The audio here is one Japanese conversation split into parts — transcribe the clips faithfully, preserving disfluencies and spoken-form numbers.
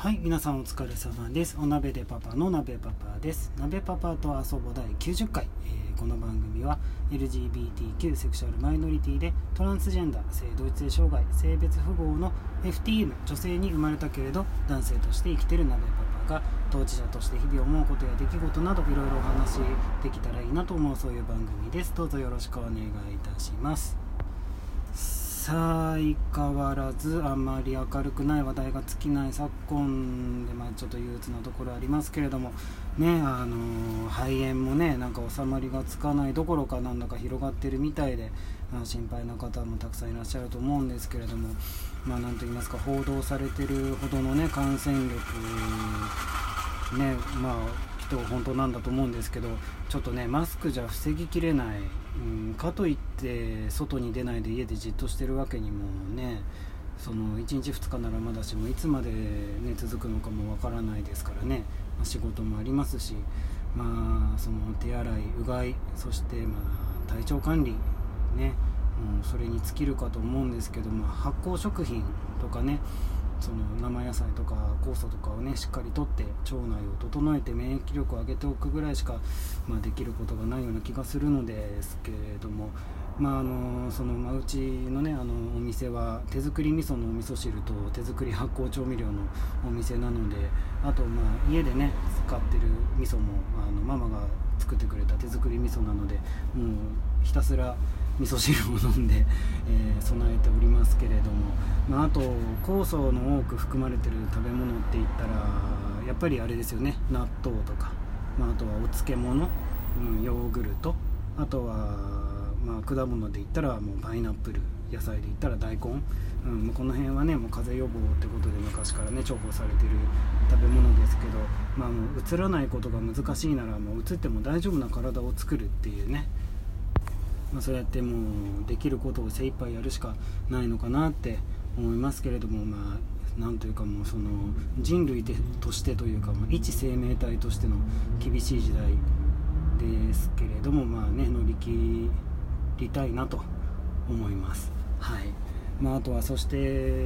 はい、皆さんお疲れ様です。お鍋でパパの鍋パパです。鍋パパと遊ぼだいきゅうじゅっかい、えー、この番組は エルジービーティーキュー セクシュアルマイノリティでトランスジェンダー、性同一性障害、性別不合の エフティーエム 女性に生まれたけれど男性として生きている鍋パパが当事者として日々思うことや出来事などいろいろお話できたらいいなと思う、そういう番組です。どうぞよろしくお願いいたします。さあ相変わらずあんまり明るくない話題が尽きない昨今で、まあ、ちょっと憂鬱なところありますけれどもね、あのー、肺炎もねなんか収まりがつかないどころかなんだか広がってるみたいで、まあ、心配な方もたくさんいらっしゃると思うんですけれども、まあなんと言いますか、報道されてるほどのね感染力ね、まあきっと本当なんだと思うんですけど、ちょっとねマスクじゃ防ぎきれない、うん、かといって外に出ないで家でじっとしてるわけにもね、そのいちにちふつかならまだしもいつまで、ね、続くのかもわからないですからね、まあ、仕事もありますし、まあその手洗いうがい、そしてまあ体調管理ね、うん、それに尽きるかと思うんですけども、発酵食品とかね、その生野菜とか酵素とかをねしっかりとって腸内を整えて免疫力を上げておくぐらいしか、まあ、できることがないような気がするのですけれども、まああのその、まあ、うちのねあのお店は手作り味噌のお味噌汁と手作り発酵調味料のお店なので、あとまあ家でね使ってる味噌もあのママが作ってくれた手作り味噌なので、もうひたすら味噌汁を飲んで、えー、備えておりますけれども、まあ、あと酵素の多く含まれている食べ物って言ったらやっぱりあれですよね、納豆とか、まあ、あとはお漬物、うん、ヨーグルト、あとは、まあ、果物で言ったらもうパイナップル、野菜で言ったら大根、うん、この辺はねもう風邪予防ってことで昔からね重宝されている食べ物ですけど、まあ、もううつらないことが難しいならもううつっても大丈夫な体を作るっていうね、まあ、そうやってもうできることを精一杯やるしかないのかなって思いますけれども、まあなんというかもうその人類としてというか、まあ、一生命体としての厳しい時代ですけれども、まあね乗り切りたいなと思います。はい。まあ、あとはそして、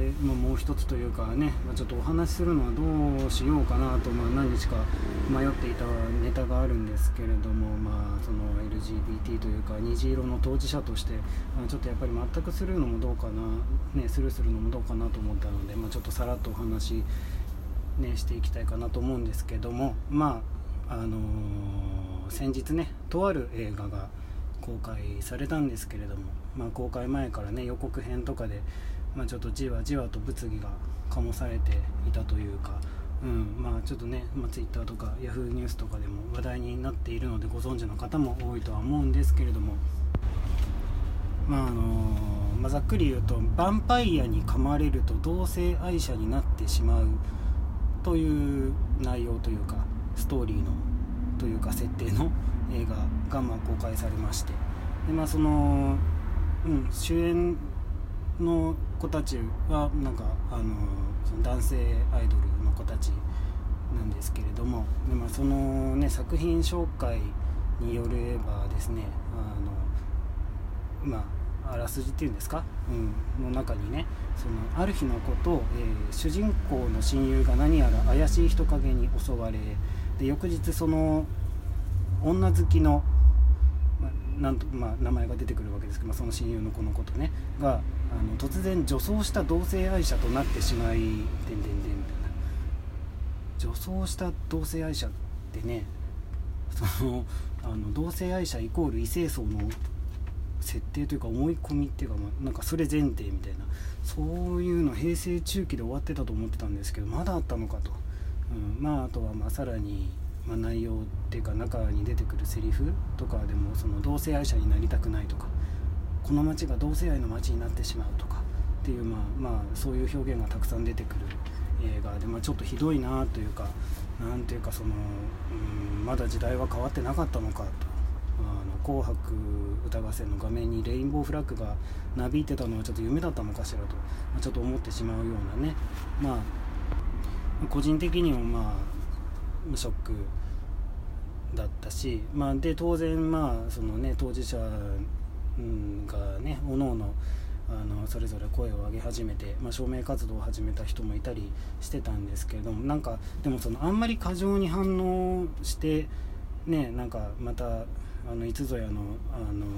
まあ、もう一つというかね、まあ、ちょっとお話しするのはどうしようかなと、まあ、何日か迷っていたネタがあるんですけれども、まあ、その エルジービーティー というか虹色の当事者として、まあ、ちょっとやっぱり全くスルーのもどうかな、ね、スルーするのもどうかなと思ったので、まあ、ちょっとさらっとお話、ね、していきたいかなと思うんですけども、まああのー、先日ねとある映画が公開されたんですけれども、まあ、公開前からね予告編とかで、まあ、ちょっとじわじわと物議が醸されていたというか、うんまあ、ちょっとね、まあ、Twitter とか Yahoo ニュースとかでも話題になっているのでご存知の方も多いとは思うんですけれども、まああのまあ、ざっくり言うとヴァンパイアに噛まれると同性愛者になってしまうという内容というかストーリーのというか設定の映画がまあ公開されまして、で、まあそのうん、主演の子たちはなんかあのその男性アイドルの子たちなんですけれども、で、まあ、その、ね、作品紹介によればですね、あの、まあ、あらすじっていうんですか、うん、の中にねそのある日のことを、えー、主人公の親友が何やら怪しい人影に襲われ、で翌日その女好きのなんとまあ、名前が出てくるわけですけど、まあ、その親友の子のことねがあの突然女装した同性愛者となってしまい、でんでんでんみたいな、女装した同性愛者ってね、そのあの同性愛者イコール異性層の設定というか思い込みっていうか、まあ、なんかそれ前提みたいな、そういうの平成中期で終わってたと思ってたんですけどまだあったのかと、うん、まああとはまあさらにまあ、内容っていうか中に出てくるセリフとかでもその同性愛者になりたくないとか、この街が同性愛の街になってしまうとかっていう、まあまあそういう表現がたくさん出てくる映画で、まあ、ちょっとひどいなというか、なんていうかその、うん、まだ時代は変わってなかったのかと、あの紅白歌合戦の画面にレインボーフラッグがなびいてたのはちょっと夢だったのかしらと、まあ、ちょっと思ってしまうようなね、まあ個人的にもまあショックだったし、まあ、で当然まあそのね当事者がねおのおのあのそれぞれ声を上げ始めて、まあ、署名活動を始めた人もいたりしてたんですけれども、なんかでもそのあんまり過剰に反応してね、なんかまたあのいつぞやのあの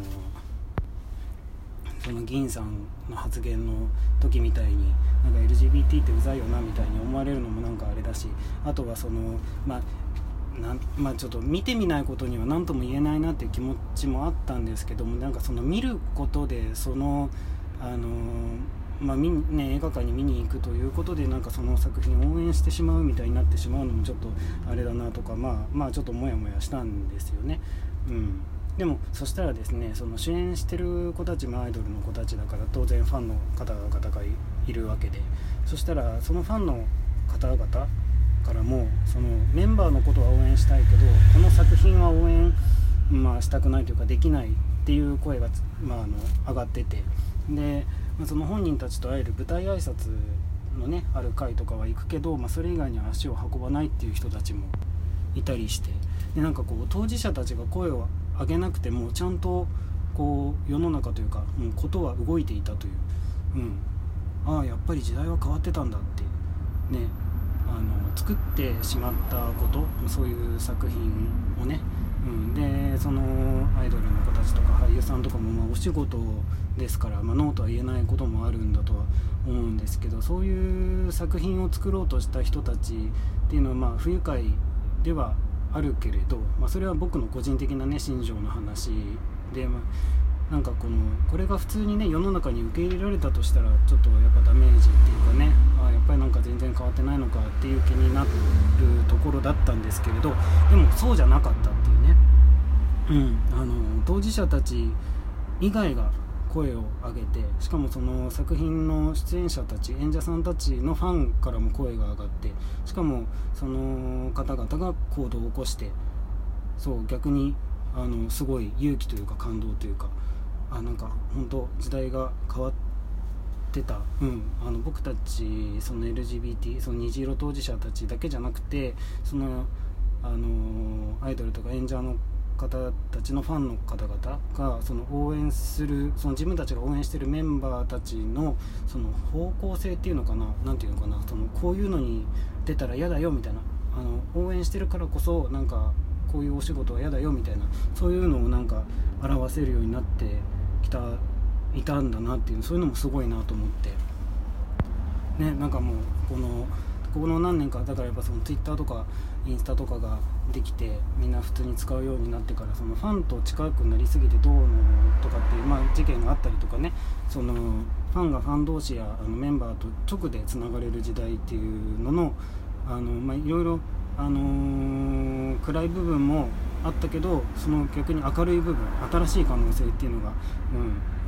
その議員さんの発言の時みたいになんか エルジービーティー ってうざいよなみたいに思われるのもなんかあれだし、あとはそのまあなんまあ、ちょっと見てみないことには何とも言えないなっていう気持ちもあったんですけども、なんかその見ることでそのあのまあ見ね、映画館に見に行くということでなんかその作品を応援してしまうみたいになってしまうのもちょっとあれだなとか、まあまあちょっとモヤモヤしたんですよね。うん。でもそしたらですね、その主演してる子たちもアイドルの子たちだから当然ファンの方々がいるわけで、そしたらそのファンの方々からもそのメンバーのことは応援したいけどこの作品は応援、まあ、したくないというかできないっていう声が、まあ、あの上がってて、で、まあ、その本人たちと会える舞台挨拶のねある会とかは行くけど、まあ、それ以外には足を運ばないっていう人たちもいたりして、でなんかこう当事者たちが声を上げなくてもちゃんとこう世の中というか、うん、ことは動いていたという、うん、ああやっぱり時代は変わってたんだってね、あの作ってしまったこと、そういう作品をね、うん、でそのアイドルの子たちとか俳優さんとかもまあお仕事ですから、まあ、ノーとは言えないこともあるんだとは思うんですけど、そういう作品を作ろうとした人たちっていうのはまあ不愉快ではあるけれど、まあ、それは僕の個人的なね心情の話で、まあ、なんかこのこれが普通にね世の中に受け入れられたとしたらちょっとやっぱダメージっていうかね、あやっぱりなんか全然変わってないのかっていう気になるところだったんですけれど、でもそうじゃなかったっていうね、うん、あの当事者たち以外が声を上げて、しかもその作品の出演者たち演者さんたちのファンからも声が上がって、しかもその方々が行動を起こして、そう逆にあのすごい勇気というか感動というか、あなんか本当時代が変わってた、うん、あの僕たちその エルジービーティー その虹色当事者たちだけじゃなくて、そのあのアイドルとか演者の方たちのファンの方々がその応援する、その自分たちが応援しているメンバーたちのその方向性っていうのかな、なんていうのかな、そのこういうのに出たら嫌だよみたいな、あの応援してるからこそなんかこういうお仕事は嫌だよみたいな、そういうのをなんか表せるようになってきたいたんだなっていう、そういうのもすごいなと思ってね。なんかもうこのこの何年かだからやっぱそのツイッターとかインスタとかができてみんな普通に使うようになってから、そのファンと近くなりすぎてどうのとかっていう、まあ、事件があったりとかね、そのファンがファン同士やあのメンバーと直でつながれる時代っていうののあの、まあ、いろいろ、あのー、暗い部分もあったけど、その逆に明るい部分、新しい可能性っていうのが、うん、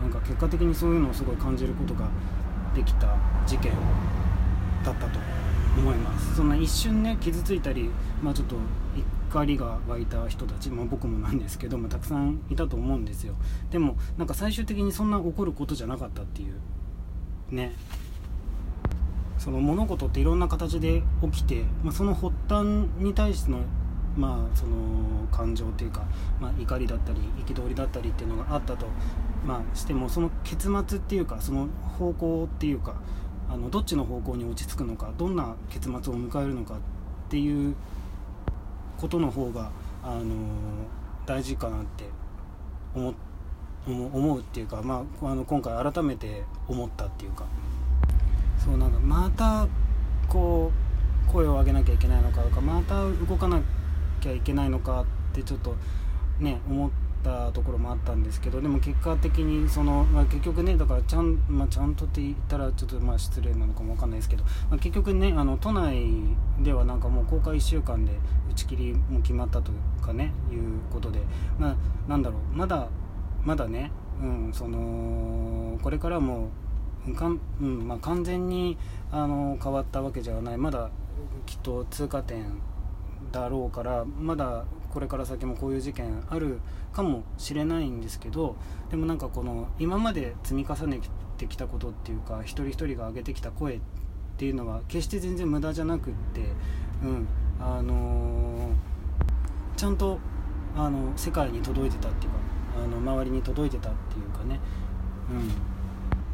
なんか結果的にそういうのをすごい感じることができた事件だったと思います。そんな一瞬ね傷ついたり、まあ、ちょっと怒りが湧いた人たち、まあ、僕もなんですけどもたくさんいたと思うんですよ。でもなんか最終的にそんな起こることじゃなかったっていうね。その物事っていろんな形で起きて、まあ、その発端に対してのまあその感情というか、まあ、怒りだったり憤りだったりっていうのがあったと、まあ、してもその結末っていうかその方向っていうか、あのどっちの方向に落ち着くのか、どんな結末を迎えるのかっていうことの方が、あのー、大事かなって思、思うっていうか、まあ、あの今回改めて思ったっていうか、そうなんかまたこう声を上げなきゃいけないのかとか、また動かなきゃいけないのかってちょっとね思ったところもあったんですけど、でも結果的にその、まあ、結局ねだからちゃん、まあ、ちゃんとって言ったらちょっとまあ失礼なのかもわかんないですけど、まあ、結局ねあの都内ではなんかもう公開いっしゅうかんで打ち切りも決まったというかねいうことで、まあなんだろうまだまだね、うん、そのこれからもかん、うんまあ、完全にあの変わったわけじゃない、まだきっと通過点だろうから、まだこれから先もこういう事件あるかもしれないんですけど、でもなんかこの今まで積み重ねてきたことっていうか、一人一人が上げてきた声っていうのは決して全然無駄じゃなくって、うんあのー、ちゃんとあの世界に届いてたっていうか、あの周りに届いてたっていうかね、うん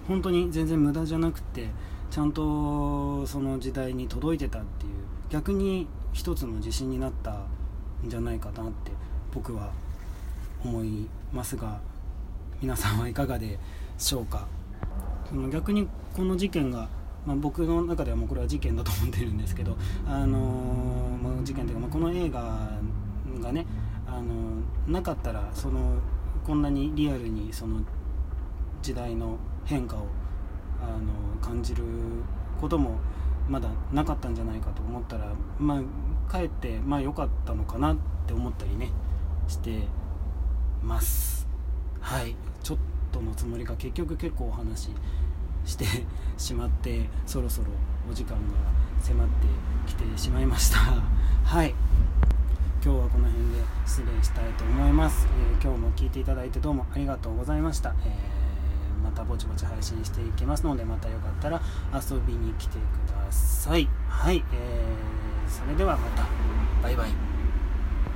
本当に全然無駄じゃなくて、ちゃんとその時代に届いてたっていう、逆に一つの自信になったんじゃないかなって僕は思いますが、皆さんはいかがでしょうか。その逆にこの事件が、まあ、僕の中ではもうこれは事件だと思ってるんですけど、あのーまあ、事件というか、まあ、この映画がね、あのー、なかったらそのこんなにリアルにその時代の変化を、あのー、感じることもまだなかったんじゃないかと思ったら、まあ、かえってまあ良かったのかなって思ったりねしてます。はい、ちょっとのつもりが結局結構お話ししてしまって、そろそろお時間が迫ってきてしまいました。はい、今日はこの辺で失礼したいと思います。えー、今日も聞いていただいてどうもありがとうございました。えー、またぼちぼち配信していきますので、またよかったら遊びに来てください。はい、えー、それではまた、バイバイ。